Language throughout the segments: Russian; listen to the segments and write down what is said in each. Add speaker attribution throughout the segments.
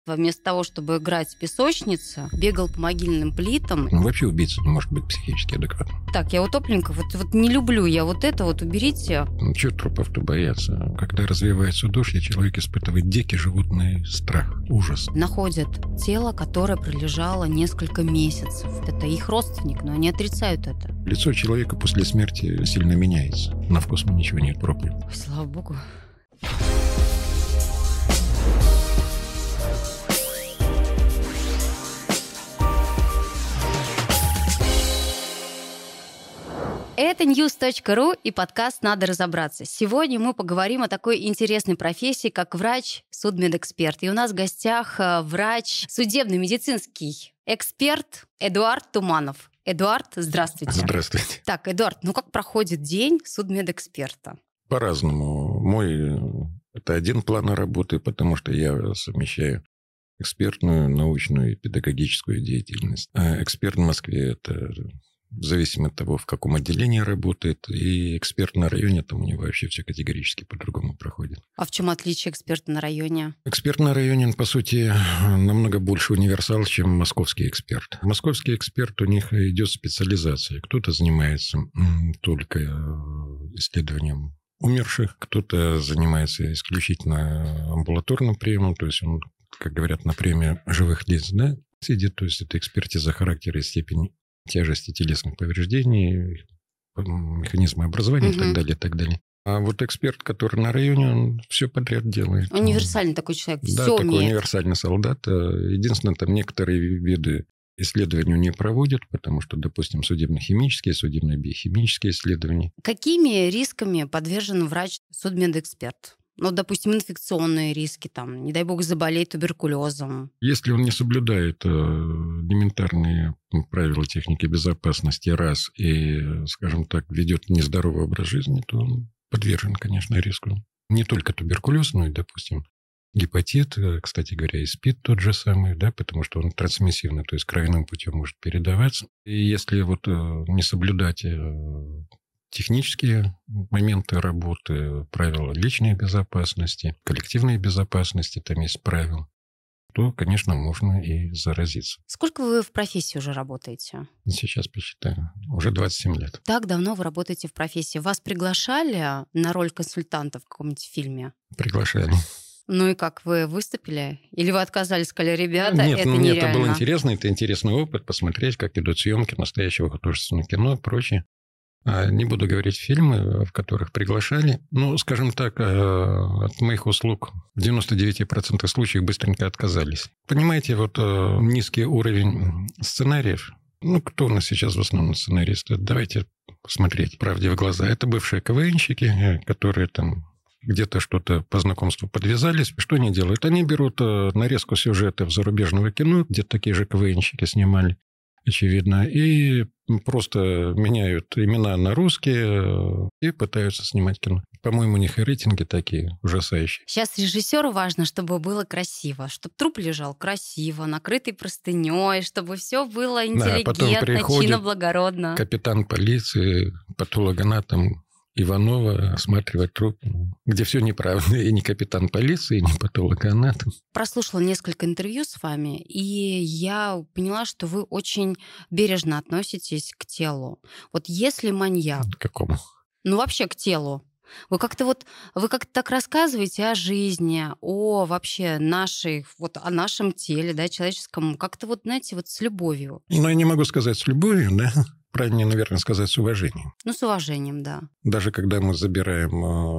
Speaker 1: Вместо того, чтобы играть в песочнице, бегал по могильным плитам.
Speaker 2: Ну, вообще убийца не может быть психически адекватным.
Speaker 1: Так, я утопленников вот не люблю, я вот это вот уберите.
Speaker 2: Ну, чего трупов-то бояться? Когда развивается удушье, человек испытывает дикий животный страх, ужас.
Speaker 1: Находят тело, которое пролежало несколько месяцев. Это их родственник, но они отрицают это.
Speaker 2: Лицо человека после смерти сильно меняется. На вкус мы ничего не пробуем.
Speaker 1: Ой, слава богу. Это news.ru и подкаст «Надо разобраться». Сегодня мы поговорим о такой интересной профессии, как врач-судмедэксперт. И у нас в гостях врач, судебно-медицинский эксперт Эдуард Туманов. Эдуард, здравствуйте.
Speaker 2: Здравствуйте.
Speaker 1: Так, Эдуард, как проходит день судмедэксперта?
Speaker 2: По-разному. Мой это один план работы, потому что я совмещаю экспертную, научную и педагогическую деятельность. А эксперт в Москве – это в зависимости от того, в каком отделении работает, и эксперт на районе, там у него вообще все категорически по-другому проходит.
Speaker 1: А в чем отличие эксперта на районе?
Speaker 2: Эксперт на районе, он, по сути, намного больше универсал, чем московский эксперт. Московский эксперт, у них идет специализация. Кто-то занимается только исследованием умерших, кто-то занимается исключительно амбулаторным приемом, то есть он, как говорят, на приеме живых лиц, да, сидит, то есть это экспертиза характера и степени тяжести телесных повреждений, механизмы образования и так далее, и так далее. А вот эксперт, который на районе, он все подряд делает.
Speaker 1: Универсальный такой человек,
Speaker 2: да,
Speaker 1: все
Speaker 2: такой
Speaker 1: умеет.
Speaker 2: Универсальный солдат. Единственное, там некоторые виды исследований не проводят, потому что, допустим, судебно-химические, судебно-биохимические исследования.
Speaker 1: Какими рисками подвержен врач-судмедэксперт? Допустим, инфекционные риски, не дай бог заболеть туберкулезом.
Speaker 2: Если он не соблюдает элементарные правила техники безопасности раз и, скажем так, ведет нездоровый образ жизни, то он подвержен, конечно, риску. Не только туберкулез, но и, допустим, гепатит, кстати говоря, и СПИД тот же самый, да, потому что он трансмиссивный, то есть кровяным путем может передаваться. И если не соблюдать технические моменты работы, правила личной безопасности, коллективной безопасности, там есть правила, то, конечно, можно и заразиться.
Speaker 1: Сколько вы в профессии уже работаете?
Speaker 2: Сейчас посчитаю. Уже 27 лет.
Speaker 1: Так давно вы работаете в профессии. Вас приглашали на роль консультанта в каком-нибудь фильме?
Speaker 2: Приглашали.
Speaker 1: Ну и как, вы выступили? Или вы отказались, сказали, ребята,
Speaker 2: Нет,
Speaker 1: это нереально?
Speaker 2: это был интересно, это интересный опыт, посмотреть, как идут съемки настоящего художественного кино и прочее. Не буду говорить фильмы, в которых приглашали. Скажем так, от моих услуг в 99% случаев быстренько отказались. Понимаете, низкий уровень сценариев. Кто у нас сейчас в основном сценаристы? Давайте посмотреть правде в глаза. Это бывшие КВНщики, которые там где-то что-то по знакомству подвязались. Что они делают? Они берут нарезку сюжетов зарубежного кино, где такие же КВНщики снимали, очевидно, и просто меняют имена на русские и пытаются снимать кино. По-моему, у них и рейтинги такие ужасающие.
Speaker 1: Сейчас режиссеру важно, чтобы было красиво, чтобы труп лежал красиво, накрытый простыней, чтобы все было интеллигентно, чинно, благородно.
Speaker 2: Капитан полиции, патологоанатом Иванова осматривать труп, где все неправильно, и не капитан полиции, и не патологоанатом.
Speaker 1: Прослушала несколько интервью с вами, и я поняла, что вы очень бережно относитесь к телу. Если маньяк...
Speaker 2: К какому?
Speaker 1: Вообще к телу. Вы как-то так рассказываете о жизни, о вообще о нашем теле, да, человеческом, как-то с любовью.
Speaker 2: Я не могу сказать с любовью, да. Правильнее, наверное, сказать с уважением.
Speaker 1: С уважением, да.
Speaker 2: Даже когда мы забираем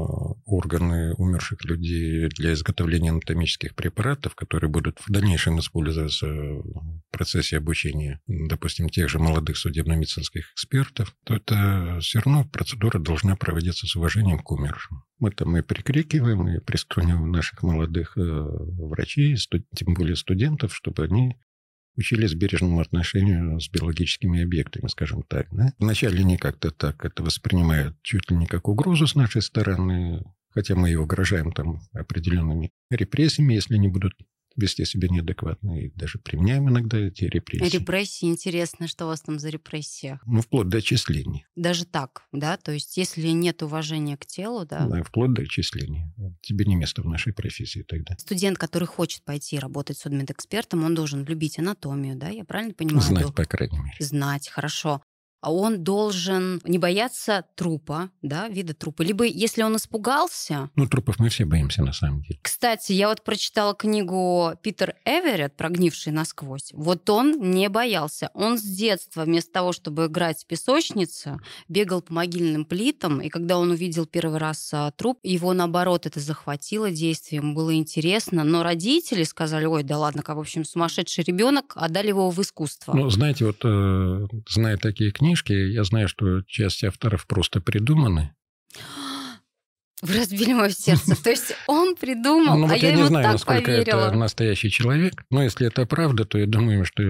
Speaker 2: органы умерших людей для изготовления анатомических препаратов, которые будут в дальнейшем использоваться в процессе обучения, допустим, тех же молодых судебно-медицинских экспертов, то это все равно процедура должна проводиться с уважением к умершим. Мы прикрикиваем и приструниваем наших молодых врачей, тем более студентов, чтобы они учились бережному отношению с биологическими объектами, скажем так. Да? Вначале они как-то так это воспринимают чуть ли не как угрозу с нашей стороны, хотя мы и угрожаем определенными репрессиями, если они будут вести себя неадекватно. И даже применяем иногда эти репрессии.
Speaker 1: Репрессии, интересно, что у вас там за репрессии?
Speaker 2: Вплоть до отчислений.
Speaker 1: Даже так, да? То есть если нет уважения к телу, да?
Speaker 2: Да, вплоть до отчисления. Тебе не место в нашей профессии тогда.
Speaker 1: Студент, который хочет пойти работать судмедэкспертом, он должен любить анатомию, да? Я правильно понимаю?
Speaker 2: Знать, по крайней мере.
Speaker 1: Знать, хорошо. А он должен не бояться трупа, да, вида трупа. Либо если он испугался...
Speaker 2: Трупов мы все боимся на самом деле.
Speaker 1: Кстати, я прочитала книгу Питер Эверетт «Прогнивший насквозь». Он не боялся. Он с детства вместо того, чтобы играть в песочнице, бегал по могильным плитам. И когда он увидел первый раз труп, его, наоборот, это захватило действие. Ему было интересно. Но родители сказали: ой, да ладно, как, в общем, сумасшедший ребенок, отдали его в искусство.
Speaker 2: Знаете, зная такие книги, я знаю, что часть авторов просто придуманы.
Speaker 1: Вы разбили мое сердце. То есть он придумал,
Speaker 2: я
Speaker 1: ему
Speaker 2: не знаю,
Speaker 1: так
Speaker 2: насколько
Speaker 1: поверила.
Speaker 2: это настоящий человек. Но если это правда, то я думаю, что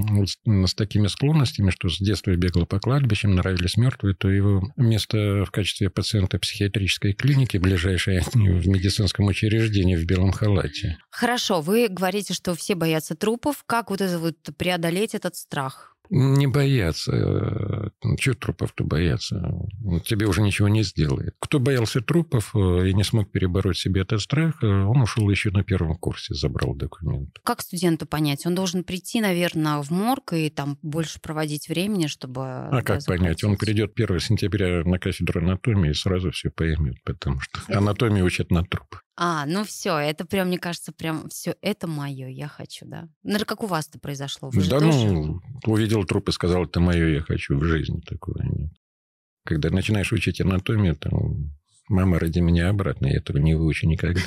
Speaker 2: с такими склонностями, что с детства бегал по кладбищам, нравились мертвые, то его место в качестве пациента психиатрической клиники ближайшее в медицинском учреждении в белом халате.
Speaker 1: Хорошо, вы говорите, что все боятся трупов. Как преодолеть этот страх?
Speaker 2: Не бояться. Чего трупов-то бояться? Тебе уже ничего не сделает. Кто боялся трупов и не смог перебороть себе этот страх, он ушел еще на первом курсе, забрал документы.
Speaker 1: Как студенту понять? Он должен прийти, наверное, в морг и там больше проводить времени, чтобы...
Speaker 2: Как понять? Он придет 1 сентября на кафедру анатомии и сразу все поймет, потому что анатомию учат на трупах.
Speaker 1: Все, это прям, мне кажется, все это мое, я хочу, да. Как у вас-то произошло? Вы же тоже...
Speaker 2: увидел труп и сказал: это мое, я хочу, в жизни такого нет. Когда начинаешь учить анатомию, там, мама, роди меня обратно, я этого не выучу никогда.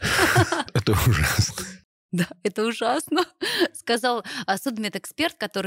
Speaker 2: Это ужасно.
Speaker 1: Да, это ужасно, сказал судмедэксперт, который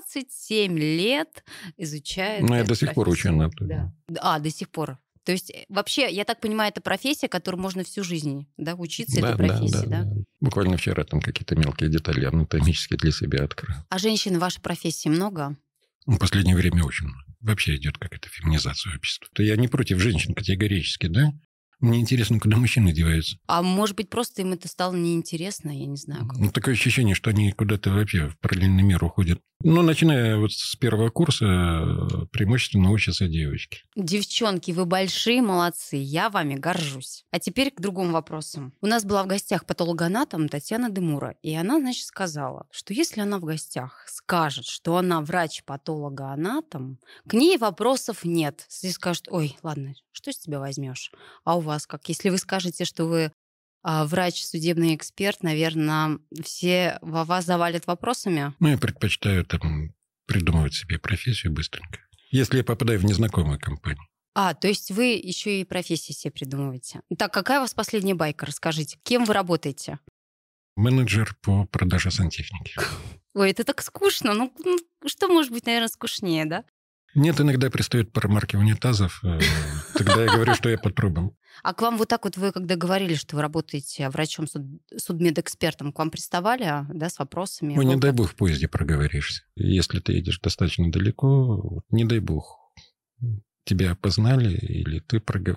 Speaker 1: 27 лет изучает...
Speaker 2: Я до сих пор учу анатомию.
Speaker 1: До сих пор. То есть вообще, я так понимаю, это профессия, которую можно всю жизнь, да, учиться этой профессии, да?
Speaker 2: Буквально вчера там какие-то мелкие детали анатомические для себя открыл.
Speaker 1: А женщин в вашей профессии много?
Speaker 2: В последнее время очень много. Вообще идет какая-то феминизация общества. Я не против женщин категорически, да? Мне интересно, куда мужчины деваются.
Speaker 1: А может быть, просто им это стало неинтересно, я не знаю.
Speaker 2: Такое ощущение, что они куда-то вообще в параллельный мир уходят. Начиная с первого курса, преимущественно учатся девочки.
Speaker 1: Девчонки, вы большие молодцы, я вами горжусь. А теперь к другому вопросу. У нас была в гостях патологоанатом Татьяна Демура, и она, сказала, что если она в гостях скажет, что она врач-патологоанатом, к ней вопросов нет. Все скажут: ой, ладно, что с тебя возьмешь? А у вас как? Если вы скажете, что вы врач-судебный эксперт, наверное, все вас завалят вопросами?
Speaker 2: Я предпочитаю придумывать себе профессию быстренько, если я попадаю в незнакомую компанию.
Speaker 1: То есть вы еще и профессии себе придумываете. Так, какая у вас последняя байка? Расскажите, кем вы работаете?
Speaker 2: Менеджер по продаже сантехники.
Speaker 1: Ой, это так скучно. Что может быть, наверное, скучнее, да?
Speaker 2: Нет, иногда пристает промаркивание тазов. Тогда я говорю, что я по трубам.
Speaker 1: А к вам вы когда говорили, что вы работаете врачом, судмедэкспертом, к вам приставали, да, с вопросами?
Speaker 2: Не дай бог в поезде проговоришься. Если ты едешь достаточно далеко, не дай бог, тебя опознали, или ты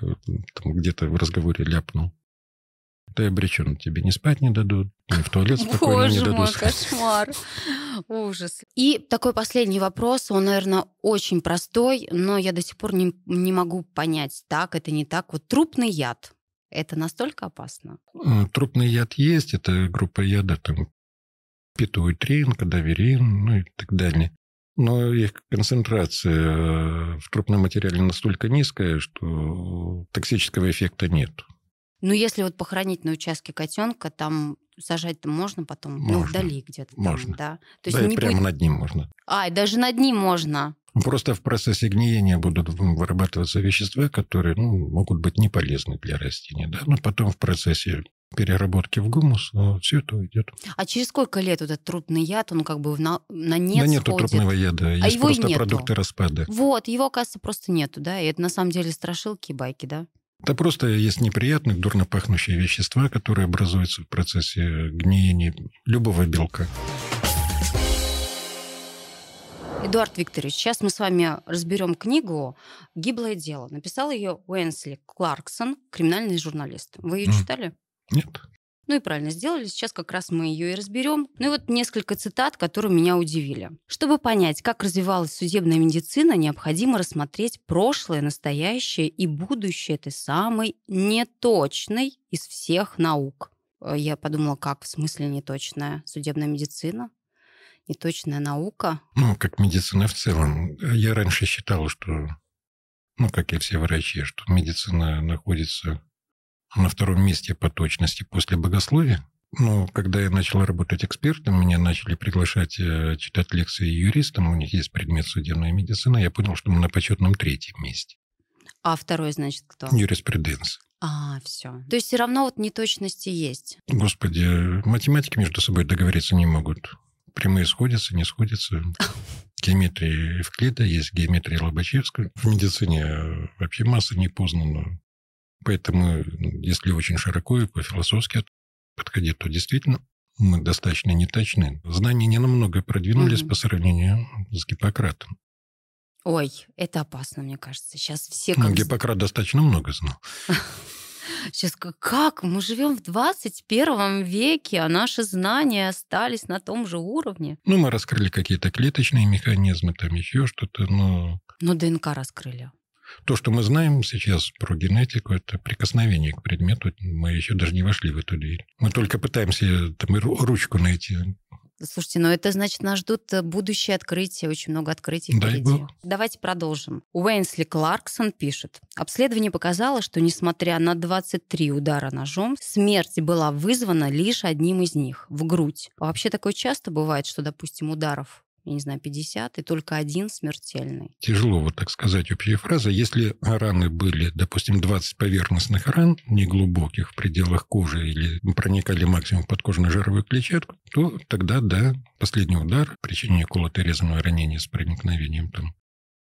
Speaker 2: где-то в разговоре ляпнул. Ты обречен, тебе ни спать не дадут, ни в туалет спокойно не дадут.
Speaker 1: Боже мой, кошмар. Ужас. И такой последний вопрос, он, наверное, очень простой, но я до сих пор не могу понять, так это не так. Трупный яд, это настолько опасно?
Speaker 2: Трупный яд есть, это группа яда, петуитрин, кадаверин, и так далее. Но их концентрация в трупном материале настолько низкая, что токсического эффекта нет.
Speaker 1: Если похоронить на участке котенка, там сажать-то можно потом?
Speaker 2: Можно.
Speaker 1: Вдали где-то.
Speaker 2: Можно.
Speaker 1: Да? То
Speaker 2: есть и прямо над ним можно.
Speaker 1: И даже над ним можно.
Speaker 2: Просто в процессе гниения будут вырабатываться вещества, которые могут быть не полезны для растения. Да? Но потом в процессе переработки в гумус все это уйдет.
Speaker 1: А через сколько лет этот трупный яд, он на нет
Speaker 2: Да нету
Speaker 1: сходит?
Speaker 2: трупного яда, есть
Speaker 1: его
Speaker 2: просто
Speaker 1: нету.
Speaker 2: Продукты распада.
Speaker 1: Его, оказывается, просто нету, да? И это на самом деле страшилки и байки, да?
Speaker 2: Это просто есть неприятные, дурно пахнущие вещества, которые образуются в процессе гниения любого белка.
Speaker 1: Эдуард Викторович, сейчас мы с вами разберем книгу «Гиблое дело». Написал ее Уэнсли Кларксон, криминальный журналист. Вы ее читали?
Speaker 2: Нет.
Speaker 1: Ну и правильно сделали. Сейчас как раз мы ее и разберем. Ну и вот несколько цитат, которые меня удивили. Чтобы понять, как развивалась судебная медицина, необходимо рассмотреть прошлое, настоящее и будущее этой самой неточной из всех наук. Я подумала, как в смысле неточная судебная медицина? Неточная наука?
Speaker 2: Ну, как медицина в целом. Я раньше считал, что, как и все врачи, что медицина находится на втором месте по точности после богословия. Но когда я начал работать экспертом, меня начали приглашать читать лекции юристам, у них есть предмет судебная медицина, я понял, что мы на почетном третьем месте.
Speaker 1: А второй, значит, кто?
Speaker 2: Юриспруденция.
Speaker 1: Все. То есть все равно вот неточности есть.
Speaker 2: Господи, математики между собой договориться не могут. Прямые сходятся, не сходятся. Геометрия Евклида, есть геометрия Лобачевского. В медицине вообще масса не познана. Поэтому, если очень широко и по-философски подходить, то действительно мы достаточно неточны. Знания не намного продвинулись по сравнению с Гиппократом.
Speaker 1: Ой, это опасно, мне кажется. Сейчас все
Speaker 2: Гиппократ достаточно много знал.
Speaker 1: Сейчас как? Мы живем в 21 веке, а наши знания остались на том же уровне.
Speaker 2: Мы раскрыли какие-то клеточные механизмы, там еще что-то, но...
Speaker 1: Но ДНК раскрыли.
Speaker 2: То, что мы знаем сейчас про генетику, это прикосновение к предмету. Мы еще даже не вошли в эту дверь. Мы только пытаемся там ручку найти.
Speaker 1: Слушайте, это значит, нас ждут будущие открытия, очень много открытий
Speaker 2: Дай
Speaker 1: впереди.
Speaker 2: Бог.
Speaker 1: Давайте продолжим. Уэйнсли Кларксон пишет. Обследование показало, что, несмотря на 23 удара ножом, смерть была вызвана лишь одним из них – в грудь. А вообще такое часто бывает, что, допустим, ударов 50, и только один смертельный.
Speaker 2: Тяжело вот так сказать общая фраза. Если раны были, допустим, 20 поверхностных ран, неглубоких в пределах кожи или проникали максимум в подкожно-жировую клетчатку, то тогда, да, последний удар, причинение колото-резаного ранения с проникновением там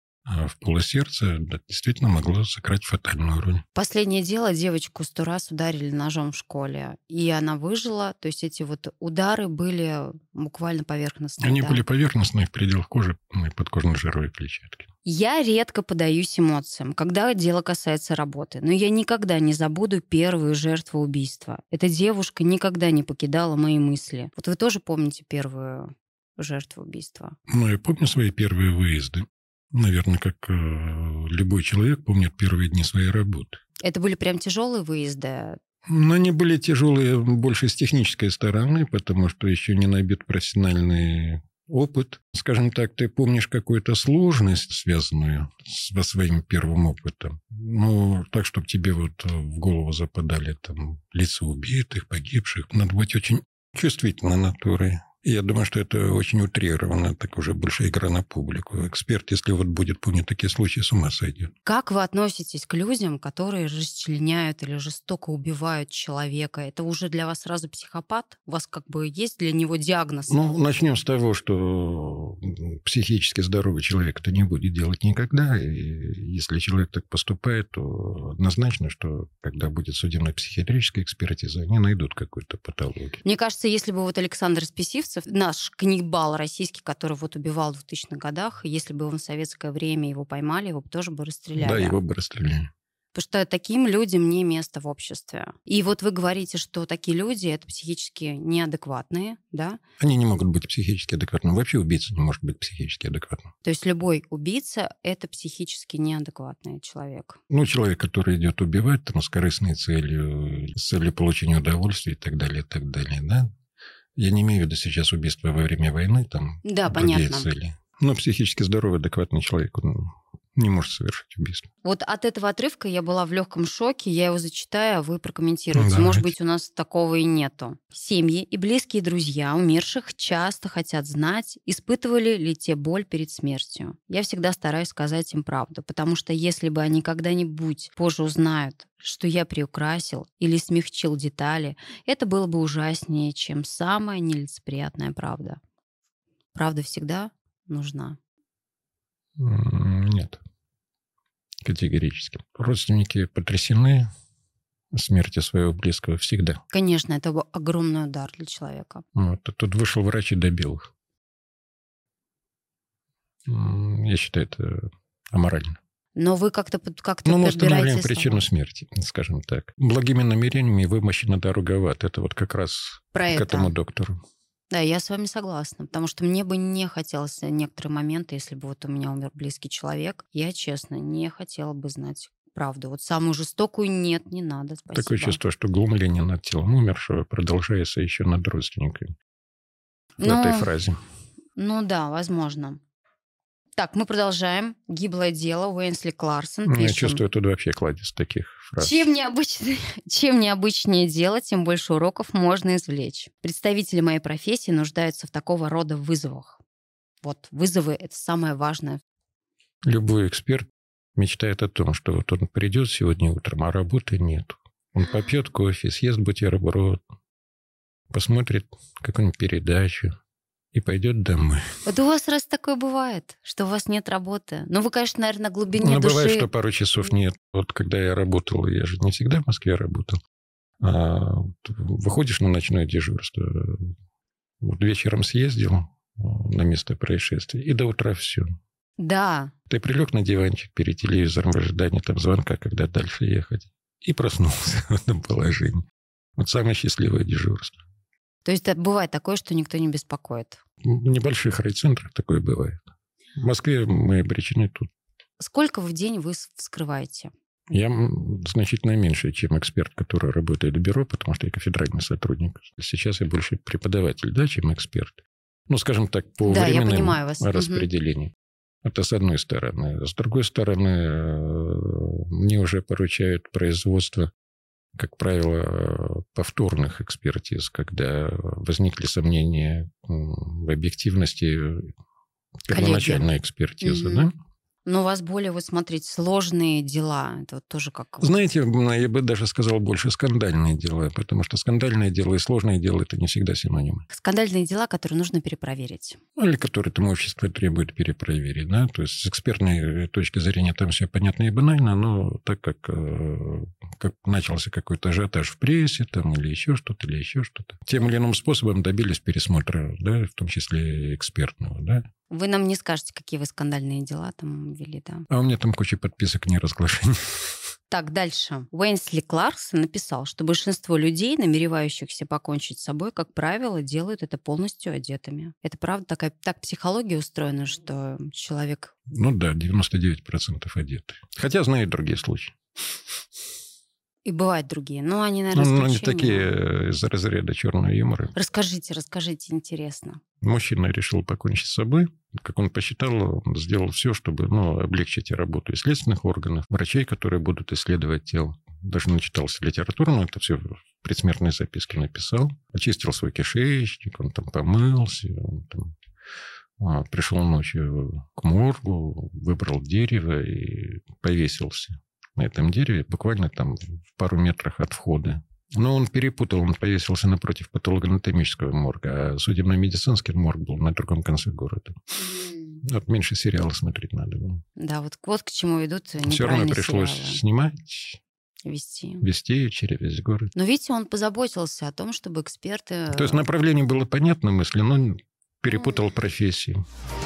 Speaker 2: в полусердца, да, действительно могло сыграть фатальную роль.
Speaker 1: Последнее дело, девочку 100 раз ударили ножом в школе, и она выжила. То есть эти вот удары были буквально поверхностные.
Speaker 2: Они были поверхностные в пределах кожи и подкожно-жировой клетчатки.
Speaker 1: Я редко поддаюсь эмоциям, когда дело касается работы, но я никогда не забуду первую жертву убийства. Эта девушка никогда не покидала мои мысли. Вот вы тоже помните первую жертву убийства?
Speaker 2: Я помню свои первые выезды. Наверное, как любой человек помнит первые дни своей работы.
Speaker 1: Это были прям тяжелые выезды?
Speaker 2: Но они были тяжелые больше с технической стороны, потому что еще не набит профессиональный опыт. Скажем так, ты помнишь какую-то сложность, связанную со своим первым опытом. Так, чтобы тебе вот в голову западали там лица убитых, погибших. Надо быть очень чувствительной натурой. Я думаю, что это очень утрировано, так уже больше игра на публику. Эксперт, если вот будет помнить такие случаи, с ума сойдет.
Speaker 1: Как вы относитесь к людям, которые расчленяют или жестоко убивают человека? Это уже для вас сразу психопат? У вас как бы есть для него диагноз?
Speaker 2: Начнем с того, что психически здоровый человек это не будет делать никогда. И если человек так поступает, то однозначно, что когда будет судебно-психиатрическая экспертиза, они найдут какую-то патологию.
Speaker 1: Мне кажется, если бы вот Александр Списивцев, наш каннибал российский, который вот убивал в 2000-х годах, если бы он в советское время его поймали, его бы тоже бы расстреляли.
Speaker 2: Да, его бы расстреляли.
Speaker 1: Потому что таким людям не место в обществе. И вот вы говорите, что такие люди — это психически неадекватные, да?
Speaker 2: Они не могут быть психически адекватными. Вообще убийца не может быть психически адекватным.
Speaker 1: То есть любой убийца — это психически неадекватный человек.
Speaker 2: Человек, который идет убивать там, с корыстной целью, с целью получения удовольствия и так далее, да? Я не имею в виду сейчас убийство во время войны, там
Speaker 1: да,
Speaker 2: другие
Speaker 1: понятно.
Speaker 2: цели. Но психически здоровый, адекватный человек, он не может совершить убийство.
Speaker 1: Вот от этого отрывка я была в легком шоке. Я его зачитаю, а вы прокомментируете.
Speaker 2: Давайте.
Speaker 1: Может быть, у нас такого и нету. Семьи и близкие друзья умерших часто хотят знать, испытывали ли те боль перед смертью. Я всегда стараюсь сказать им правду, потому что если бы они когда-нибудь позже узнают, что я приукрасил или смягчил детали, это было бы ужаснее, чем самая нелицеприятная правда. Правда всегда нужна.
Speaker 2: Нет. Категорически. Родственники потрясены смертью своего близкого всегда.
Speaker 1: Конечно, это огромный удар для человека.
Speaker 2: Тут вышел врач и добил их. Я считаю, это аморально.
Speaker 1: Но вы как-то
Speaker 2: Ну, мы устанавливаем
Speaker 1: подбираете
Speaker 2: причину
Speaker 1: слова.
Speaker 2: смерти, скажем так. Благими намерениями вымощена дорога в ад. Это вот как раз
Speaker 1: Про
Speaker 2: к
Speaker 1: это.
Speaker 2: этому доктору.
Speaker 1: Да, я с вами согласна, потому что мне бы не хотелось некоторые моменты, если бы вот у меня умер близкий человек, я, честно, не хотела бы знать правду. Вот самую жестокую нет, не надо,
Speaker 2: Такое
Speaker 1: спасибо.
Speaker 2: чувство, что глумление над телом умершего продолжается еще над родственниками в
Speaker 1: Ну,
Speaker 2: этой фразе.
Speaker 1: ну да, возможно. Так, мы продолжаем. Гиблое дело. Уэнсли Кларсон.
Speaker 2: Я
Speaker 1: Пишем.
Speaker 2: чувствую, тут вообще кладезь таких фраз.
Speaker 1: Чем необычнее дело, тем больше уроков можно извлечь. Представители моей профессии нуждаются в такого рода вызовах. Вот вызовы — это самое важное.
Speaker 2: Любой эксперт мечтает о том, что вот он придет сегодня утром, а работы нет. Он попьет кофе, съест бутерброд, посмотрит какую-нибудь передачу и пойдет домой.
Speaker 1: Вот у вас раз такое бывает, что у вас нет работы. Ну, вы, конечно, наверное, на глубине
Speaker 2: Но
Speaker 1: души...
Speaker 2: бывает, что пару часов нет. Вот когда я работал, я же не всегда в Москве работал, а выходишь на ночное дежурство, вот вечером съездил на место происшествия, и до утра все.
Speaker 1: Да.
Speaker 2: Ты прилег на диванчик перед телевизором в ожидании там звонка, когда дальше ехать, и проснулся в этом положении. Вот самое счастливое дежурство.
Speaker 1: То есть бывает такое, что никто не беспокоит.
Speaker 2: В небольших райцентрах такое бывает. В Москве мы обречены тут.
Speaker 1: Сколько в день вы вскрываете?
Speaker 2: Я значительно меньше, чем эксперт, который работает в бюро, потому что я кафедральный сотрудник. Сейчас я больше преподаватель, да, чем эксперт. Ну, скажем так, по
Speaker 1: Да, я
Speaker 2: временному
Speaker 1: понимаю вас.
Speaker 2: распределению. Это с одной стороны. С другой стороны, мне уже поручают производство, как правило, повторных экспертиз, когда возникли сомнения в объективности первоначальной экспертизы. Да?
Speaker 1: Но у вас более, вот смотрите, сложные дела. Это вот тоже как...
Speaker 2: Знаете, я бы даже сказал больше скандальные дела, потому что скандальное дело и сложное дело – это не всегда синонимы.
Speaker 1: Скандальные дела, которые нужно перепроверить.
Speaker 2: Или которые там общество требует перепроверить. Да? То есть с экспертной точки зрения там все понятно и банально, но так как начался какой-то ажиотаж в прессе там, или еще что-то. Тем или иным способом добились пересмотра, да, в том числе экспертного. Да?
Speaker 1: Вы нам не скажете, какие вы скандальные дела там вели, да?
Speaker 2: А у меня там куча подписок неразглашений.
Speaker 1: Так, дальше. Уэнсли Кларксон написал, что большинство людей, намеревающихся покончить с собой, как правило, делают это полностью одетыми. Это правда так психология устроена, что человек...
Speaker 2: Ну да, 99% одеты. Хотя знаю и другие случаи.
Speaker 1: И бывают другие, но они, наверное,
Speaker 2: Ну, они
Speaker 1: исключения.
Speaker 2: такие из разряда черного юмора.
Speaker 1: Расскажите, интересно.
Speaker 2: Мужчина решил покончить с собой. Как он посчитал, он сделал все, чтобы облегчить работу и следственных органов, врачей, которые будут исследовать тело. Даже начитался литературу, но это все в предсмертной записке написал. Очистил свой кишечник, он там помылся, он там пришел ночью к моргу, выбрал дерево и повесился на этом дереве, буквально там в пару метрах от входа. Но он перепутал, он повесился напротив патологоанатомического морга, а судебно-медицинский морг был на другом конце города. Вот меньше сериала смотреть надо было.
Speaker 1: Да, вот к чему идут неправильные
Speaker 2: Все равно пришлось
Speaker 1: сериалы.
Speaker 2: снимать, вести через весь город.
Speaker 1: Но видите, он позаботился о том, чтобы эксперты...
Speaker 2: То есть направление было понятно мысли, но перепутал профессии.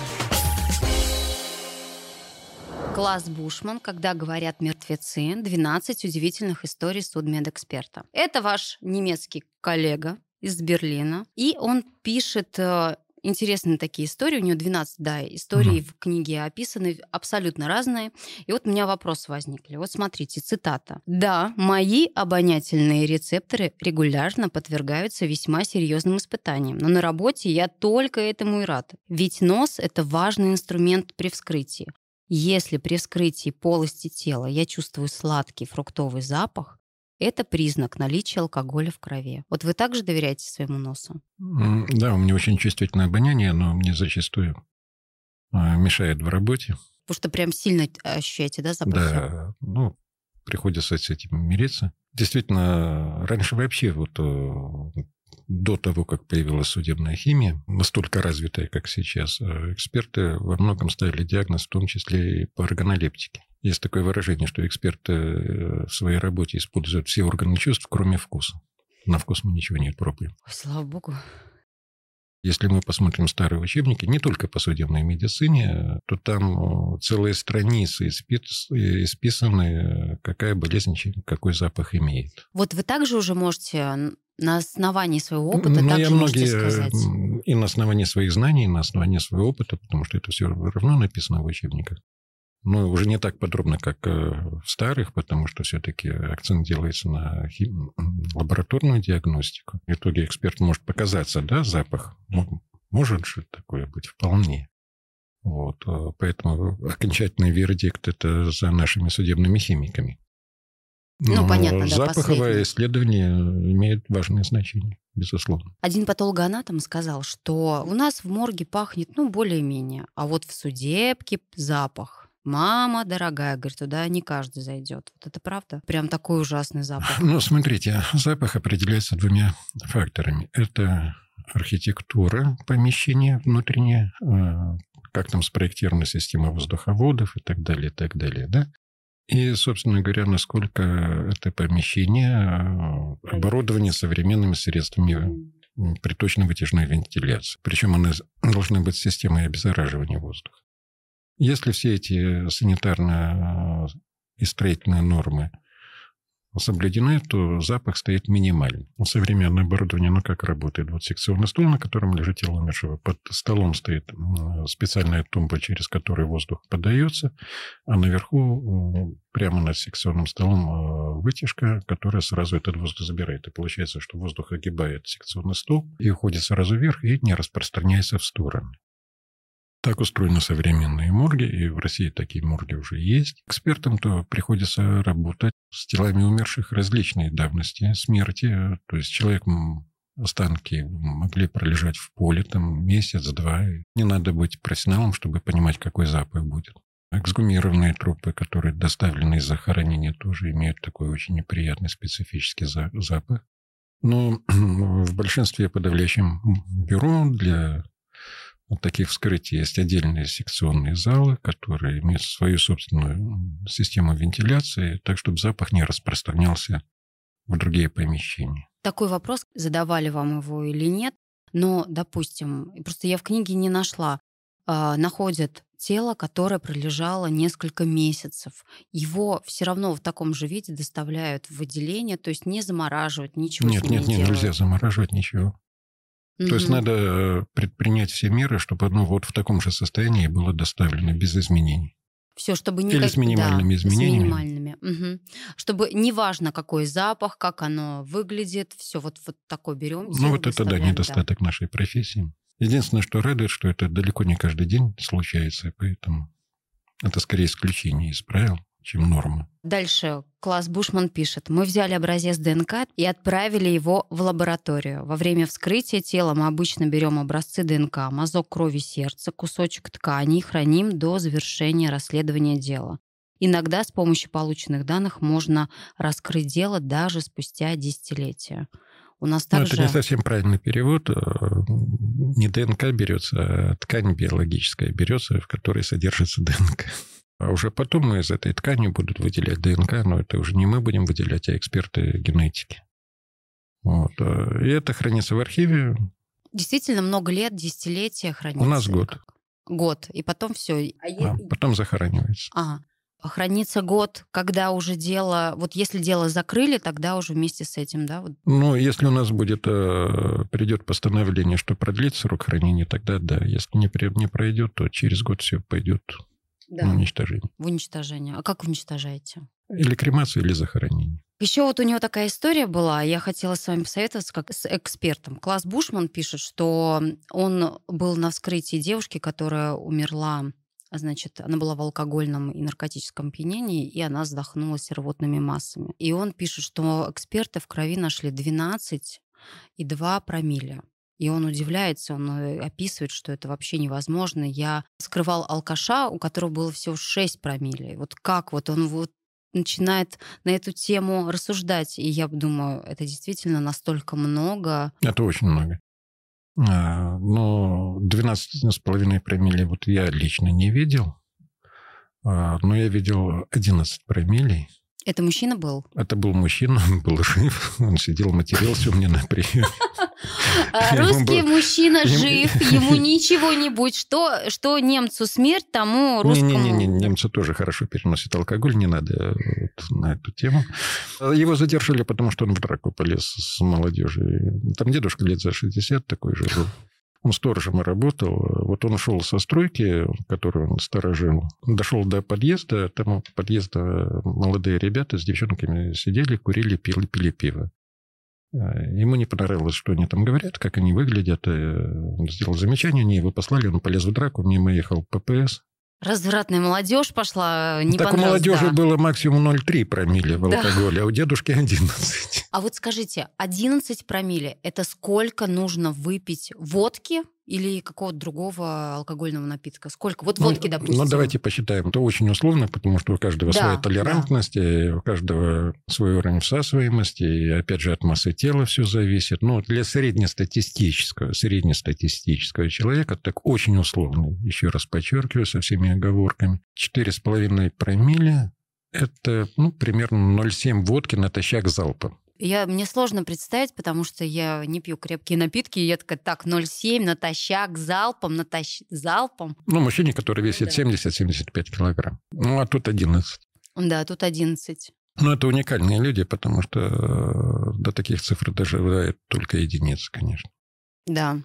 Speaker 1: Класс Бушман, когда говорят мертвецы, 12 удивительных историй судмедэксперта. Это ваш немецкий коллега из Берлина. И он пишет интересные такие истории. У него 12, историй в книге описаны абсолютно разные. И вот у меня вопросы возникли. Вот смотрите, цитата. «Да, мои обонятельные рецепторы регулярно подвергаются весьма серьезным испытаниям. Но на работе я только этому и рад. Ведь нос – это важный инструмент при вскрытии. Если при вскрытии полости тела я чувствую сладкий фруктовый запах, это признак наличия алкоголя в крови». Вот вы также доверяете своему носу?
Speaker 2: Да, у меня очень чувствительное обоняние, но мне зачастую мешает в работе.
Speaker 1: Потому что прям сильно ощущаете, да, запахи?
Speaker 2: Да, приходится с этим мириться. Действительно, раньше вообще до того, как появилась судебная химия, настолько развитая, как сейчас, эксперты во многом ставили диагноз, в том числе и по органолептике. Есть такое выражение, что эксперты в своей работе используют все органы чувств, кроме вкуса. На вкус мы ничего не пробуем.
Speaker 1: Ой, слава богу.
Speaker 2: Если мы посмотрим старые учебники, не только по судебной медицине, то там целые страницы исписаны, какая болезнь, какой запах имеет.
Speaker 1: Вот вы также уже можете на основании своего опыта также можете сказать?
Speaker 2: И на основании своих знаний, и на основании своего опыта, потому что это все равно написано в учебниках. Но уже не так подробно, как в старых, потому что все-таки акцент делается на лабораторную диагностику. В итоге эксперт может показаться, да, запах. Может же такое быть вполне. Вот. Поэтому окончательный вердикт – это за нашими судебными химиками.
Speaker 1: Ну, понятно, да,
Speaker 2: запаховое исследование имеет важное значение, безусловно.
Speaker 1: Один патологоанатом сказал, что у нас в морге пахнет, более-менее, а вот в судебке запах. Мама дорогая, говорит, туда не каждый зайдет. Вот это правда? Прям такой ужасный запах.
Speaker 2: Смотрите, запах определяется двумя факторами. Это архитектура помещения внутренняя, как там спроектирована система воздуховодов и так далее, да? И, собственно говоря, насколько это помещение оборудовано современными средствами приточно-вытяжной вентиляции. Причем она должна быть системой обеззараживания воздуха. Если все эти санитарные и строительные нормы соблюдены, то запах стоит минимальный. Современное оборудование, как работает? Вот секционный стол, на котором лежит тело умершего. Под столом стоит специальная тумба, через которую воздух подается, а наверху, прямо над секционным столом, вытяжка, которая сразу этот воздух забирает. И получается, что воздух огибает секционный стол и уходит сразу вверх и не распространяется в стороны. Так устроены современные морги, и в России такие морги уже есть. Экспертам-то приходится работать с телами умерших различной давности смерти. То есть человек, останки могли пролежать в поле месяц-два. Не надо быть профессионалом, чтобы понимать, какой запах будет. Эксгумированные трупы, которые доставлены из захоронения, тоже имеют такой очень неприятный специфический запах. Но в большинстве подавляющем бюро для таких вскрытий есть отдельные секционные залы, которые имеют свою собственную систему вентиляции, так, чтобы запах не распространялся в другие помещения.
Speaker 1: Такой вопрос, задавали вам его или нет, но, допустим, просто я в книге не нашла, находят тело, которое пролежало несколько месяцев. Его все равно в таком же виде доставляют в отделение, то есть не замораживают, ничего с ним не делают.
Speaker 2: Нет, нельзя замораживать ничего. То есть надо предпринять все меры, чтобы оно вот в таком же состоянии было доставлено без изменений.
Speaker 1: Все, чтобы
Speaker 2: или с минимальными изменениями.
Speaker 1: С минимальными. Чтобы неважно, какой запах, как оно выглядит, все вот такое берем.
Speaker 2: Вот это, недостаток нашей профессии. Единственное, что радует, что это далеко не каждый день случается, поэтому это скорее исключение из правил, чем норма.
Speaker 1: Дальше Класс Бушман пишет. Мы взяли образец ДНК и отправили его в лабораторию. Во время вскрытия тела мы обычно берем образцы ДНК, мазок крови сердца, кусочек ткани и храним до завершения расследования дела. Иногда с помощью полученных данных можно раскрыть дело даже спустя десятилетия. У нас также...
Speaker 2: Это не совсем правильный перевод. Не ДНК берется, а ткань биологическая берется, в которой содержится ДНК. А уже потом мы из этой ткани будут выделять ДНК, но это уже не мы будем выделять, а эксперты генетики. И это хранится в архиве.
Speaker 1: Действительно, много лет, десятилетия хранится.
Speaker 2: У нас год.
Speaker 1: Год, и потом все.
Speaker 2: Потом захоранивается.
Speaker 1: Хранится год, когда уже дело... Вот если дело закрыли, тогда уже вместе с этим, да?
Speaker 2: Если у нас придет постановление, что продлить срок хранения, тогда да. Если не пройдет, то через год все пойдет в уничтожение.
Speaker 1: В уничтожение. А как уничтожаете?
Speaker 2: Или кремация, или захоронение.
Speaker 1: Еще у него такая история была, я хотела с вами посоветоваться как с экспертом. Класс Бушман пишет, что он был на вскрытии девушки, которая умерла. Значит, она была в алкогольном и наркотическом опьянении, и она задохнулась рвотными массами. И он пишет, что эксперты в крови нашли 12,2 промилле. И он удивляется, он описывает, что это вообще невозможно. Я вскрывал алкаша, у которого было всего 6 промилле. Вот как он начинает на эту тему рассуждать. И я думаю, это действительно настолько много.
Speaker 2: Это очень много. Но 12,5 промилле я лично не видел, но я видел 11 промиллей.
Speaker 1: Это мужчина был?
Speaker 2: Это был мужчина, он был жив, он сидел, матерился у меня на приеме.
Speaker 1: Русский мужчина жив, ему ничего не будет. Что немцу смерть, тому русскому...
Speaker 2: Не, немцы тоже хорошо переносят алкоголь, не надо на эту тему. Его задержали, потому что он в драку полез с молодежью. Там дедушка лет за 60 такой же был. Он сторожем и работал. Вот он ушел со стройки, которую он сторожил. Дошел до подъезда. Там у подъезда молодые ребята с девчонками сидели, курили, пили пиво. Ему не понравилось, что они там говорят, как они выглядят. Он сделал замечание, они его послали, он полез в драку, мимо ехал ППС.
Speaker 1: Развратная молодежь пошла, не
Speaker 2: так
Speaker 1: понравилось.
Speaker 2: Так у молодежи было максимум 0,3 промилле в алкоголе, а у дедушки 11.
Speaker 1: А вот скажите, 11 промилле – это сколько нужно выпить водки или какого-то другого алкогольного напитка? Сколько? Вот водки, допустим.
Speaker 2: Давайте посчитаем. Это очень условно, потому что у каждого своя толерантность, у каждого свой уровень всасываемости, и опять же от массы тела все зависит. Но для среднестатистического человека так очень условно, еще раз подчеркиваю, со всеми оговорками. 4,5 промилле – это примерно 0,7 водки натощак залпом.
Speaker 1: Мне сложно представить, потому что я не пью крепкие напитки, и я такая, 0,7 натощак, залпом.
Speaker 2: Мужчине, который весит 70-75 килограмм. А тут 11.
Speaker 1: Да, тут 11.
Speaker 2: Это уникальные люди, потому что до таких цифр доживают только единицы, конечно.
Speaker 1: Да.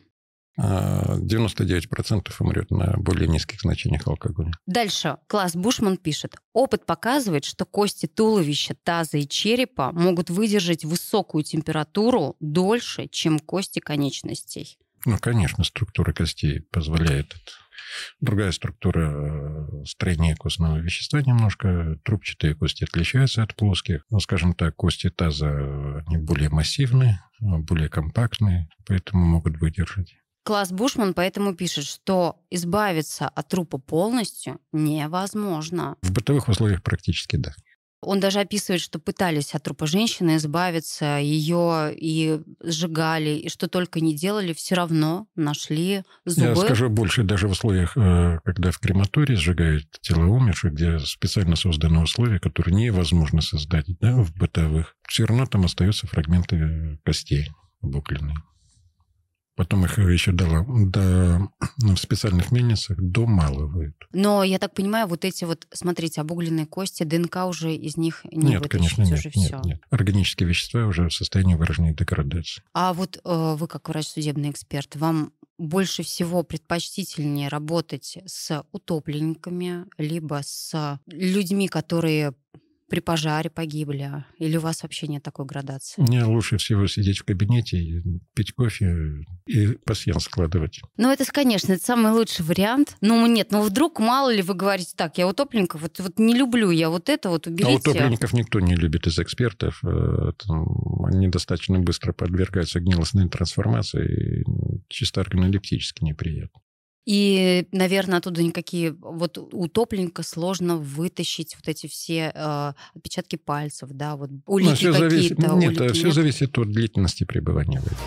Speaker 2: 99% умрет на более низких значениях алкоголя.
Speaker 1: Дальше. Класс Бушман пишет. Опыт показывает, что кости туловища, таза и черепа могут выдержать высокую температуру дольше, чем кости конечностей.
Speaker 2: Конечно, структура костей позволяет это. Другая структура строения костного вещества немножко. Трубчатые кости отличаются от плоских. Скажем так, кости таза они более массивные, более компактные, поэтому могут выдержать.
Speaker 1: Класс Бушман поэтому пишет, что избавиться от трупа полностью невозможно.
Speaker 2: В бытовых условиях практически да.
Speaker 1: Он даже описывает, что пытались от трупа женщины избавиться, ее и сжигали, и что только не делали, все равно нашли зубы.
Speaker 2: Я скажу больше, даже в условиях, когда в крематории сжигают тела умерших, где специально созданы условия, которые невозможно создать в бытовых, все равно там остаются фрагменты костей обугленные. Потом их еще в специальных мельницах домалывают.
Speaker 1: Но, я так понимаю, вот эти смотрите, обугленные кости, ДНК уже из них не
Speaker 2: Нет,
Speaker 1: вытащить.
Speaker 2: конечно,
Speaker 1: уже все.
Speaker 2: Нет. Органические вещества уже в состоянии выраженной деградации.
Speaker 1: А вот вы, как врач-судебный эксперт, вам больше всего предпочтительнее работать с утопленниками, либо с людьми, которые при пожаре погибли? Или у вас вообще нет такой градации?
Speaker 2: Мне лучше всего сидеть в кабинете, пить кофе и пасьянс складывать.
Speaker 1: Это, конечно, это самый лучший вариант. Вдруг, мало ли, вы говорите, я утопленников, вот не люблю, я это уберите.
Speaker 2: А утопленников никто не любит из экспертов. Они достаточно быстро подвергаются гнилостной трансформации, и чисто органолептически неприятно.
Speaker 1: И, наверное, оттуда никакие... утопленника сложно вытащить эти все отпечатки пальцев, улики какие-то.
Speaker 2: Нет, все зависит от длительности пребывания в этом.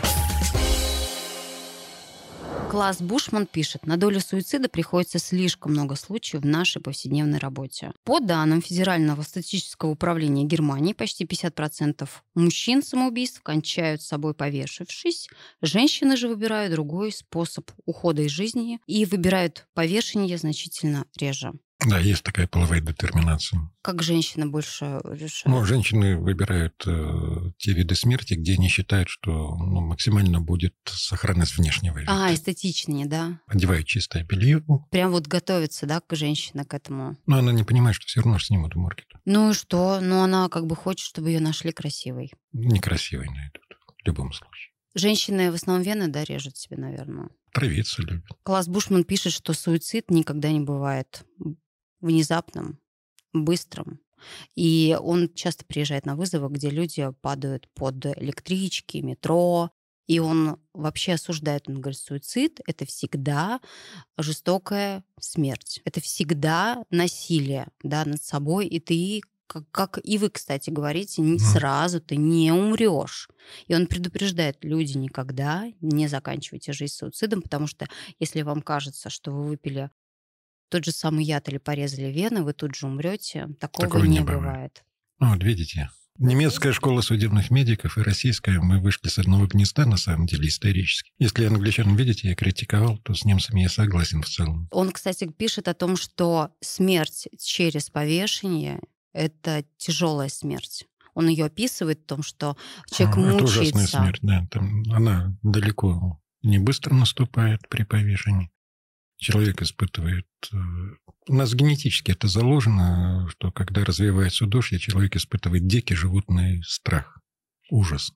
Speaker 1: Класс Бушман пишет, на долю суицида приходится слишком много случаев в нашей повседневной работе. По данным Федерального статистического управления Германии, почти 50% мужчин-самоубийств кончают с собой повешившись. Женщины же выбирают другой способ ухода из жизни и выбирают повешение значительно реже.
Speaker 2: Да, есть такая половая детерминация.
Speaker 1: Как женщины больше решают?
Speaker 2: Женщины выбирают те виды смерти, где они считают, что максимально будет сохранность внешнего вида.
Speaker 1: Эстетичнее, да?
Speaker 2: Одевают чистое белье.
Speaker 1: Прям готовится, к женщине к этому.
Speaker 2: Но она не понимает, что все равно снимут в морге.
Speaker 1: Ну и что? Она хочет, чтобы ее нашли красивой.
Speaker 2: Некрасивой найдут, в любом случае.
Speaker 1: Женщины в основном вены, решат себе, наверное.
Speaker 2: Травиться любят.
Speaker 1: Класс Бушман пишет, что суицид никогда не бывает внезапным, быстрым. И он часто приезжает на вызовы, где люди падают под электрички, метро. И он вообще осуждает. Он говорит, суицид – это всегда жестокая смерть. Это всегда насилие над собой. И ты, как и вы, кстати, говорите, сразу ты не умрешь. И он предупреждает, люди, никогда не заканчивайте жизнь суицидом, потому что если вам кажется, что вы выпили тот же самый яд или порезали вены, вы тут же умрете. Такого не бывает.
Speaker 2: Видите, Немецкая школа судебных медиков и российская, мы вышли с одного гнезда, на самом деле, исторически. Если англичан, видите, я критиковал, то с немцами я согласен в целом.
Speaker 1: Он, кстати, пишет о том, что смерть через повешение — это тяжелая смерть. Он ее описывает в том, что человек мучается.
Speaker 2: Это ужасная смерть, да. Она далеко не быстро наступает при повешении. Человек испытывает... У нас генетически это заложено, что когда развивается удушье, человек испытывает дикий животный страх, ужас.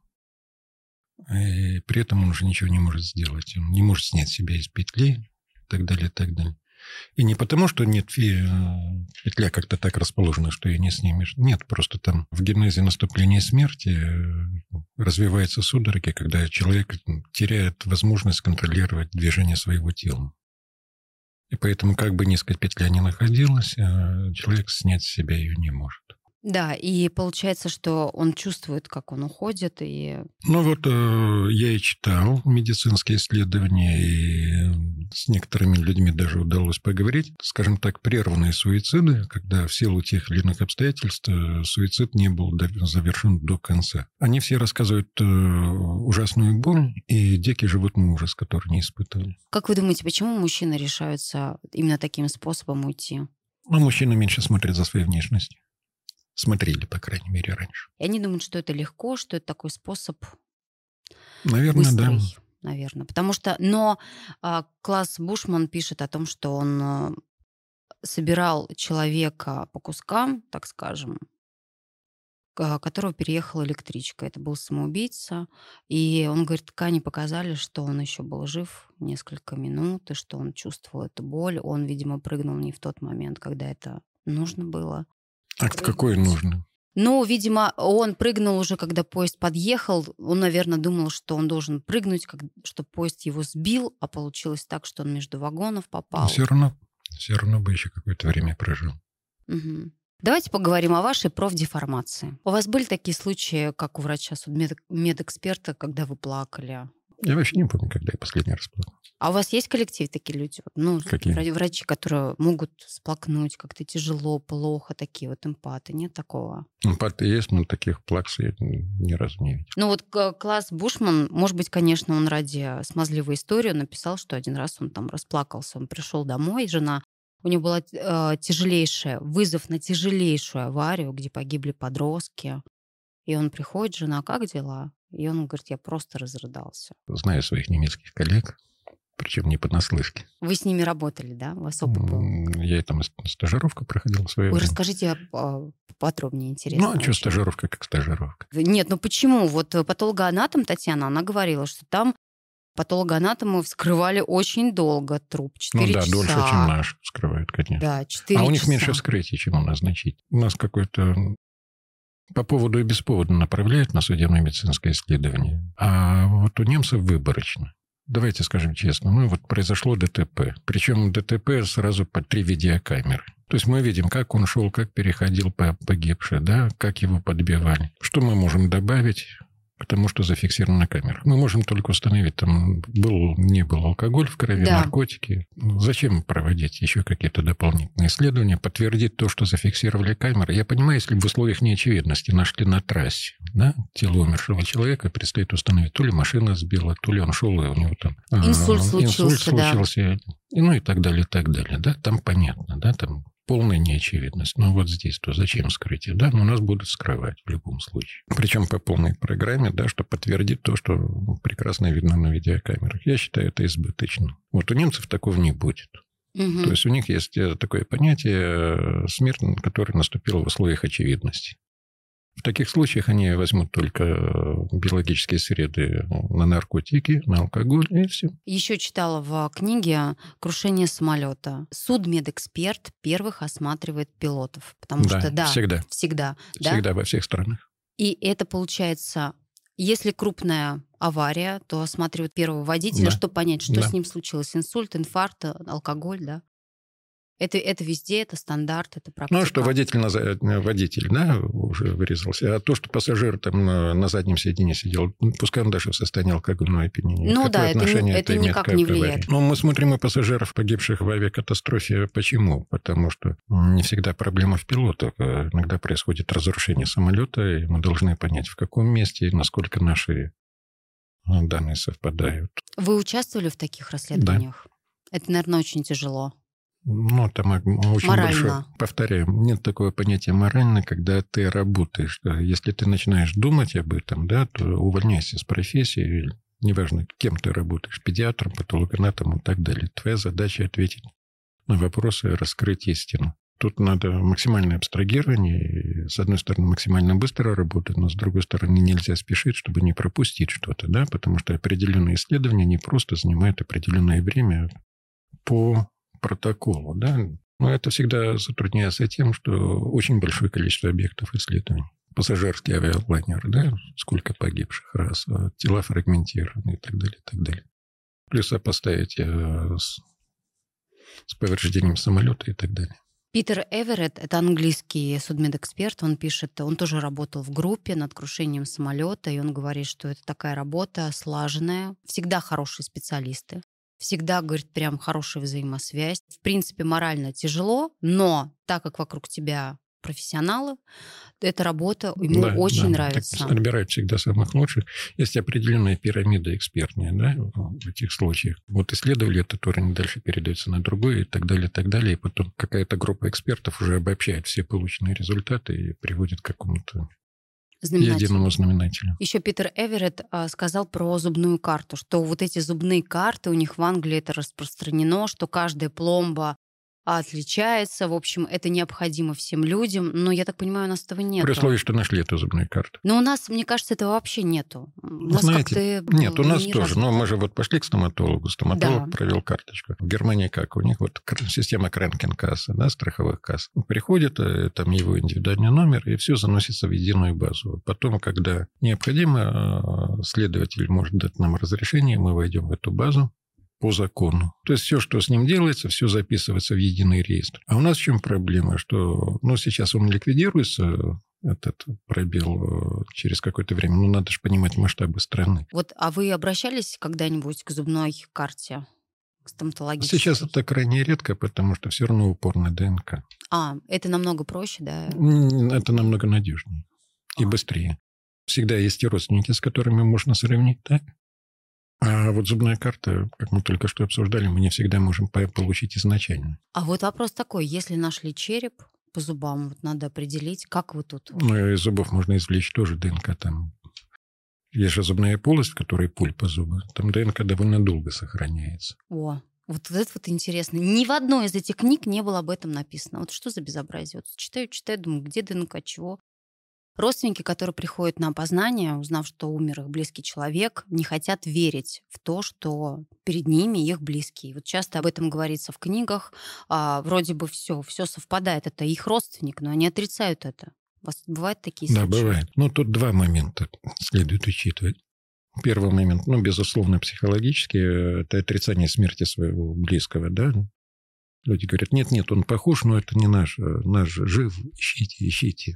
Speaker 2: И при этом он уже ничего не может сделать. Он не может снять себя из петли и так далее, и так далее. И не потому, что нет, петля как-то так расположена, что ее не снимешь. Нет, просто там в генезе наступления смерти развиваются судороги, когда человек теряет возможность контролировать движение своего тела. И поэтому, как бы низкая петля ни находилась, человек снять с себя ее не может.
Speaker 1: Да, и получается, что он чувствует, как он уходит.
Speaker 2: Ну вот я и читал медицинские исследования, и с некоторыми людьми даже удалось поговорить. Скажем так, прерванные суициды, когда в силу тех или иных обстоятельств суицид не был завершен до конца. Они все рассказывают ужасную боль и дикий животный ужас, который они испытывали.
Speaker 1: Как вы думаете, почему мужчины решаются именно таким способом уйти?
Speaker 2: Ну, мужчины меньше смотрят за своей внешностью. Смотрели, по крайней мере, раньше.
Speaker 1: И они думают, что это легко, что это такой способ
Speaker 2: наверное,
Speaker 1: быстрый,
Speaker 2: да.
Speaker 1: Наверное. Потому что... Но Класс Бушман пишет о том, что он собирал человека по кускам, так скажем, которого переехала электричка. Это был самоубийца. И он говорит, ткани показали, что он еще был жив несколько минут, и что он чувствовал эту боль. Он, видимо, прыгнул не в тот момент, когда это нужно было.
Speaker 2: А в какой нужно?
Speaker 1: Ну, видимо, он прыгнул уже, когда поезд подъехал. Он, наверное, думал, что он должен прыгнуть, что поезд его сбил, а получилось так, что он между вагонов попал.
Speaker 2: Все равно бы еще какое-то время прожил.
Speaker 1: Угу. Давайте поговорим о вашей профдеформации. У вас были такие случаи, как у врача, судмедэксперта, когда вы плакали?
Speaker 2: Я вообще не помню, когда я последний раз плакал.
Speaker 1: А у вас есть коллектив такие люди? Ну,
Speaker 2: какие?
Speaker 1: Врачи, которые могут сплакнуть как-то тяжело, плохо, такие вот эмпаты. Нет такого?
Speaker 2: Эмпаты есть, но таких плакс я ни разу не видел.
Speaker 1: Ну вот Класс Бушман, может быть, конечно, он ради смазливой истории написал, что один раз он там расплакался. Он пришел домой, жена... У него была вызов на тяжелейшую аварию, где погибли подростки. И он приходит, жена, как дела? И он говорит, я просто разрыдался.
Speaker 2: Знаю своих немецких коллег, причем не понаслышке.
Speaker 1: Вы с ними работали, да? У вас опыт был?
Speaker 2: Я там стажировку проходил в свое время.
Speaker 1: Расскажите подробнее, интересно.
Speaker 2: Ну, а что стажировка, как стажировка?
Speaker 1: Нет, ну почему? Вот патологоанатом Татьяна, она говорила, что там патологоанатомы вскрывали очень долго труп, 4 часа.
Speaker 2: Ну да, дольше, чем наш вскрывают, конечно.
Speaker 1: Да, 4 часа.
Speaker 2: А у них меньше вскрытий, чем у нас значительно. У нас какой-то... По поводу и без повода направляют на судебно-медицинское исследование. А вот у немцев выборочно. Давайте скажем честно. Ну вот произошло ДТП. Причем ДТП сразу по 3 видеокамеры. То есть мы видим, как он шел, как переходил погибший, да, как его подбивали. Что мы можем добавить к тому, что зафиксировано на камерах? Мы можем только установить, там не был алкоголь в крови, да. Наркотики. Зачем проводить еще какие-то дополнительные исследования, подтвердить то, что зафиксировали камеры? Я понимаю, если в условиях неочевидности нашли на трассе, да, тело умершего человека, предстоит установить, то ли машина сбила, то ли он шел, и у него там...
Speaker 1: Инсульт случился,
Speaker 2: да. Ну и так далее, и так далее. Да, там понятно, да, там... полная неочевидность. Но вот здесь-то зачем скрытие? Да, но нас будут скрывать в любом случае. Причем по полной программе, да, что подтвердит то, что прекрасно видно на видеокамерах. Я считаю, это избыточно. Вот у немцев такого не будет. Угу. То есть у них есть такое понятие смерть, которая наступила в условиях очевидности. В таких случаях они возьмут только биологические среды на наркотики, на алкоголь, и все.
Speaker 1: Еще читала в книге «Крушение самолета». Судмедэксперт первых осматривает пилотов. Потому что, да, всегда.
Speaker 2: Всегда во всех странах.
Speaker 1: И это получается, если крупная авария, то осматривают первого водителя, да. Чтобы понять, что с ним случилось. Инсульт, инфаркт, алкоголь, да? Это везде, это стандарт, это практика.
Speaker 2: Ну, а что водитель, да, уже вырезался. А то, что пассажир там на заднем сиденье сидел, пускай он даже в состоянии алкогольного опьянения.
Speaker 1: Ну
Speaker 2: какое
Speaker 1: да,
Speaker 2: отношение
Speaker 1: это
Speaker 2: имеет
Speaker 1: никак
Speaker 2: к
Speaker 1: не
Speaker 2: аварии?
Speaker 1: влияет.
Speaker 2: Но мы смотрим и пассажиров, погибших в авиакатастрофе. Почему? Потому что не всегда проблема в пилотах. Иногда происходит разрушение самолета, и мы должны понять, в каком месте и насколько наши данные совпадают.
Speaker 1: Вы участвовали в таких расследованиях? Да. Это, наверное, очень тяжело.
Speaker 2: Ну, там очень
Speaker 1: морально.
Speaker 2: Большое. Повторяем, нет такого понятия морально, когда ты работаешь. Если ты начинаешь думать об этом, да, то увольняйся с профессии, неважно, кем ты работаешь, педиатром, патологоанатомом и так далее. Твоя задача ответить на вопросы, раскрыть истину. Тут надо максимальное абстрагирование, с одной стороны, максимально быстро работать, но с другой стороны, нельзя спешить, чтобы не пропустить что-то, да, потому что определенные исследования не просто занимают определенное время по протоколу, да. Но это всегда затрудняется тем, что очень большое количество объектов исследований. Пассажирский авиалайнер, да, сколько погибших раз, тела фрагментированы и так далее, и так далее. Плюс сопоставить с повреждением самолета и так далее.
Speaker 1: Питер Эверетт, это английский судмедэксперт, он пишет, он тоже работал в группе над крушением самолета, и он говорит, что это такая работа слаженная, всегда хорошие специалисты, всегда, говорит, прям хорошая взаимосвязь. В принципе, морально тяжело, но так как вокруг тебя профессионалы, эта работа ему очень нравится.
Speaker 2: Отбирают всегда самых лучших. Есть определенная пирамида экспертная, да, в этих случаях. Вот исследовали этот уровень, дальше передается на другой и так далее, и потом какая-то группа экспертов уже обобщает все полученные результаты и приводит к какому-то единому знаменателю.
Speaker 1: Еще Питер Эверетт сказал про зубную карту, что вот эти зубные карты у них в Англии это распространено, что каждая пломба отличается. В общем, это необходимо всем людям. Но, я так понимаю, у нас этого нет.
Speaker 2: При условии, что нашли эту зубную карту.
Speaker 1: Но у нас, мне кажется, этого вообще нету.
Speaker 2: Знаете, нет, у нас тоже. Но мы же вот пошли к стоматологу. Стоматолог провел карточку. В Германии как? У них вот система Кренкенкассы, да, страховых касс. Приходит, там его индивидуальный номер, и все заносится в единую базу. Потом, когда необходимо, следователь может дать нам разрешение, мы войдем в эту базу по закону. То есть все, что с ним делается, все записывается в единый реестр. А у нас в чем проблема? Что, сейчас он ликвидируется, этот пробел, через какое-то время. Надо же понимать масштабы страны.
Speaker 1: Вот, а вы обращались когда-нибудь к зубной карте? К стоматологической?
Speaker 2: Сейчас это крайне редко, потому что все равно упор на ДНК.
Speaker 1: Это намного проще, да?
Speaker 2: Это намного надежнее и быстрее. Всегда есть и родственники, с которыми можно сравнить, так? А вот зубная карта, как мы только что обсуждали, мы не всегда можем получить изначально.
Speaker 1: А вот вопрос такой, если нашли череп по зубам, вот надо определить, как вы тут...
Speaker 2: Из зубов можно извлечь тоже ДНК там. Есть же зубная полость, в которой пульпа зуба. Там ДНК довольно долго сохраняется.
Speaker 1: Вот это вот интересно. Ни в одной из этих книг не было об этом написано. Вот что за безобразие? Вот читаю, думаю, где ДНК, чего? Родственники, которые приходят на опознание, узнав, что умер их близкий человек, не хотят верить в то, что перед ними их близкий. Вот часто об этом говорится в книгах. Вроде бы все совпадает. Это их родственник, но они отрицают это. У вас бывают такие случаи?
Speaker 2: Да, бывает. Тут два момента следует учитывать. Первый момент, безусловно, психологически, это отрицание смерти своего близкого, да. Люди говорят, нет, он похож, но это не наш же жив, ищите.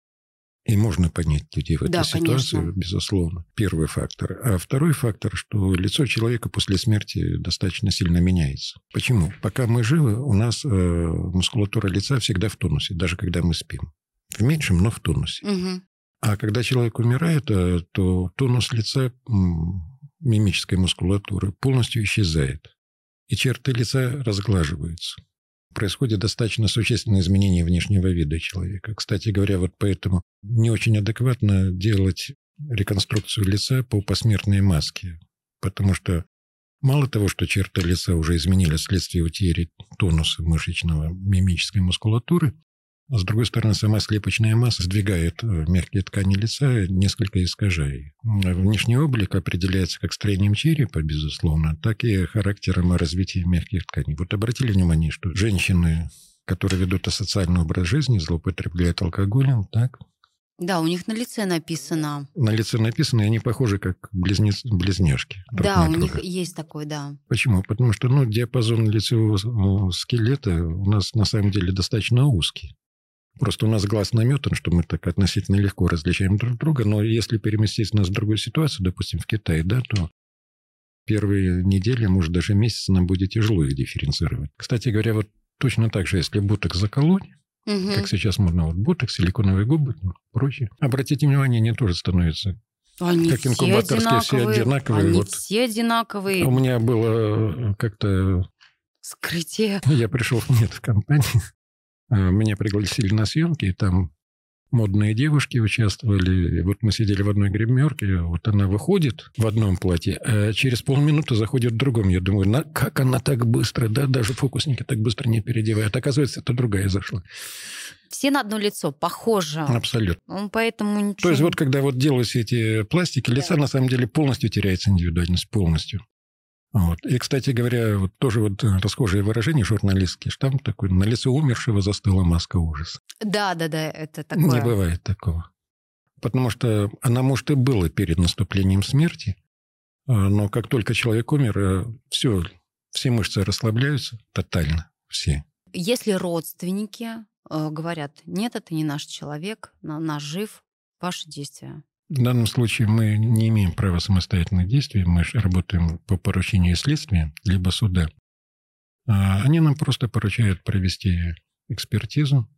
Speaker 2: И можно понять людей в этой ситуации, конечно. Безусловно. Первый фактор. А второй фактор, что лицо человека после смерти достаточно сильно меняется. Почему? Пока мы живы, у нас мускулатура лица всегда в тонусе, даже когда мы спим. В меньшем, но в тонусе.
Speaker 1: Угу.
Speaker 2: А когда человек умирает, то тонус лица, мимической мускулатуры, полностью исчезает. И черты лица разглаживаются. Происходит достаточно существенное изменение внешнего вида человека. Кстати говоря, вот поэтому не очень адекватно делать реконструкцию лица по посмертной маске. Потому что мало того, что черты лица уже изменились вследствие утери тонуса мышечного мимической мускулатуры, а с другой стороны, сама слепочная масса сдвигает мягкие ткани лица, несколько искажая. Внешний облик определяется как строением черепа, безусловно, так и характером развития мягких тканей. Вот обратили внимание, что женщины, которые ведут асоциальный образ жизни, злоупотребляют алкоголем, так,
Speaker 1: Да, у них на лице написано.
Speaker 2: На лице написано, и они похожи как близняшки.
Speaker 1: Да, у них есть такой, да.
Speaker 2: Почему? Потому что диапазон лицевого скелета у нас на самом деле достаточно узкий. Просто у нас глаз наметан, что мы так относительно легко различаем друг друга, но если переместить нас в другую ситуацию, допустим, в Китае, да, то первые недели, может, даже месяцы нам будет тяжело их дифференцировать. Кстати говоря, вот точно так же, если ботокс заколоть, как сейчас модно, ботокс, силиконовые губы, прочее. Обратите внимание, они тоже становятся
Speaker 1: они
Speaker 2: как инкубаторские, все одинаковые.
Speaker 1: Они все одинаковые.
Speaker 2: У меня было как-то...
Speaker 1: Скрытие.
Speaker 2: Я пришел в компанию, меня пригласили на съемки, и там модные девушки участвовали. И вот мы сидели в одной гримерке, вот она выходит в одном платье, а через полминуты заходит в другом. Я думаю, как она так быстро, да, даже фокусники так быстро не переодевают. Оказывается, это другая зашла.
Speaker 1: Все на одно лицо, похоже.
Speaker 2: Абсолютно.
Speaker 1: Поэтому ничего...
Speaker 2: То есть вот когда вот делаются эти пластики, лица на самом деле полностью теряется индивидуальность, полностью. Вот. И, кстати говоря, вот тоже вот расхожее выражение журналистский штамп такой: на лице умершего застыла маска ужаса.
Speaker 1: Да, это такое.
Speaker 2: Не бывает такого. Потому что она, может, и была перед наступлением смерти, но как только человек умер, все мышцы расслабляются тотально, все.
Speaker 1: Если родственники говорят, нет, это не наш человек, наш жив, ваши действия?
Speaker 2: В данном случае мы не имеем права самостоятельных действий, мы работаем по поручению следствия, либо суда. Они нам просто поручают провести экспертизу.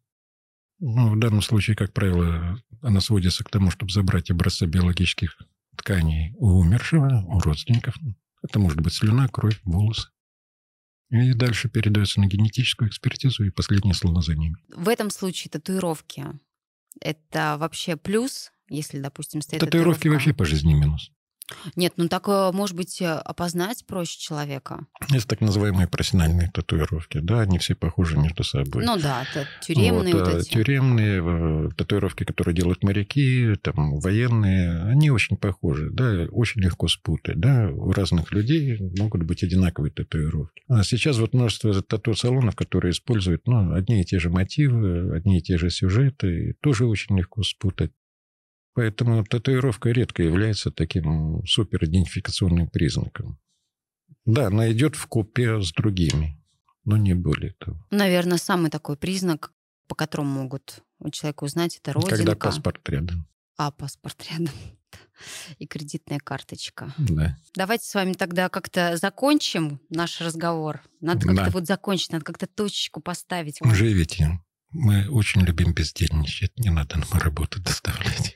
Speaker 2: В данном случае, как правило, она сводится к тому, чтобы забрать образцы биологических тканей у умершего, у родственников. Это может быть слюна, кровь, волосы. И дальше передается на генетическую экспертизу, и последнее слово за ними.
Speaker 1: В этом случае татуировки – это вообще плюс? Если, допустим, стоит
Speaker 2: татуировки вообще по жизни минус.
Speaker 1: Нет, так, может быть, опознать проще человека.
Speaker 2: Есть так называемые профессиональные татуировки. Да, они все похожи между собой.
Speaker 1: Да, это тюремные вот эти.
Speaker 2: Тюремные татуировки, которые делают моряки, там, военные, они очень похожи. Да, очень легко спутать. Да, у разных людей могут быть одинаковые татуировки. А сейчас вот множество тату-салонов, которые используют одни и те же мотивы, одни и те же сюжеты, тоже очень легко спутать. Поэтому татуировка редко является таким суперидентификационным признаком. Да, она идет вкупе с другими, но не более того.
Speaker 1: Наверное, самый такой признак, по которому могут человека узнать, это родинка.
Speaker 2: Когда паспорт рядом.
Speaker 1: Паспорт рядом. И кредитная карточка.
Speaker 2: Да.
Speaker 1: Давайте с вами тогда как-то закончим наш разговор. Надо как-то закончить, надо как-то точечку поставить.
Speaker 2: Живите. Мы очень любим бездельничать, не надо нам работу доставлять.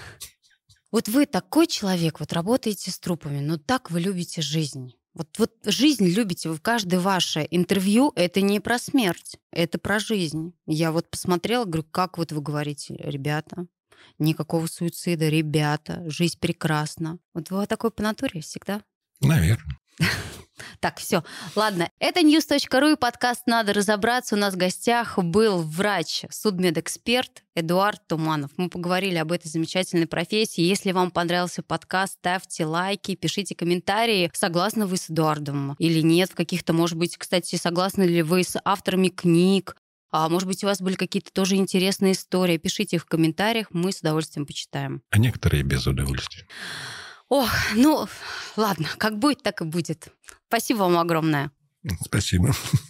Speaker 1: Вот вы такой человек, вот работаете с трупами, но так вы любите жизнь. Вот жизнь любите вы, в каждое ваше интервью это не про смерть, это про жизнь. Я вот посмотрела, говорю, как вот вы говорите, ребята, никакого суицида, ребята, жизнь прекрасна. Вот вы такой по натуре всегда?
Speaker 2: Наверное.
Speaker 1: Так, все. Ладно, это news.ru и подкаст «Надо разобраться». У нас в гостях был врач, судмедэксперт Эдуард Туманов. Мы поговорили об этой замечательной профессии. Если вам понравился подкаст, ставьте лайки, пишите комментарии, согласны вы с Эдуардом или нет. В каких-то, может быть, кстати, согласны ли вы с авторами книг. Может быть, у вас были какие-то тоже интересные истории. Пишите их в комментариях, мы с удовольствием почитаем.
Speaker 2: А некоторые без удовольствия.
Speaker 1: Ох, ладно, как будет, так и будет. Спасибо вам огромное.
Speaker 2: Спасибо.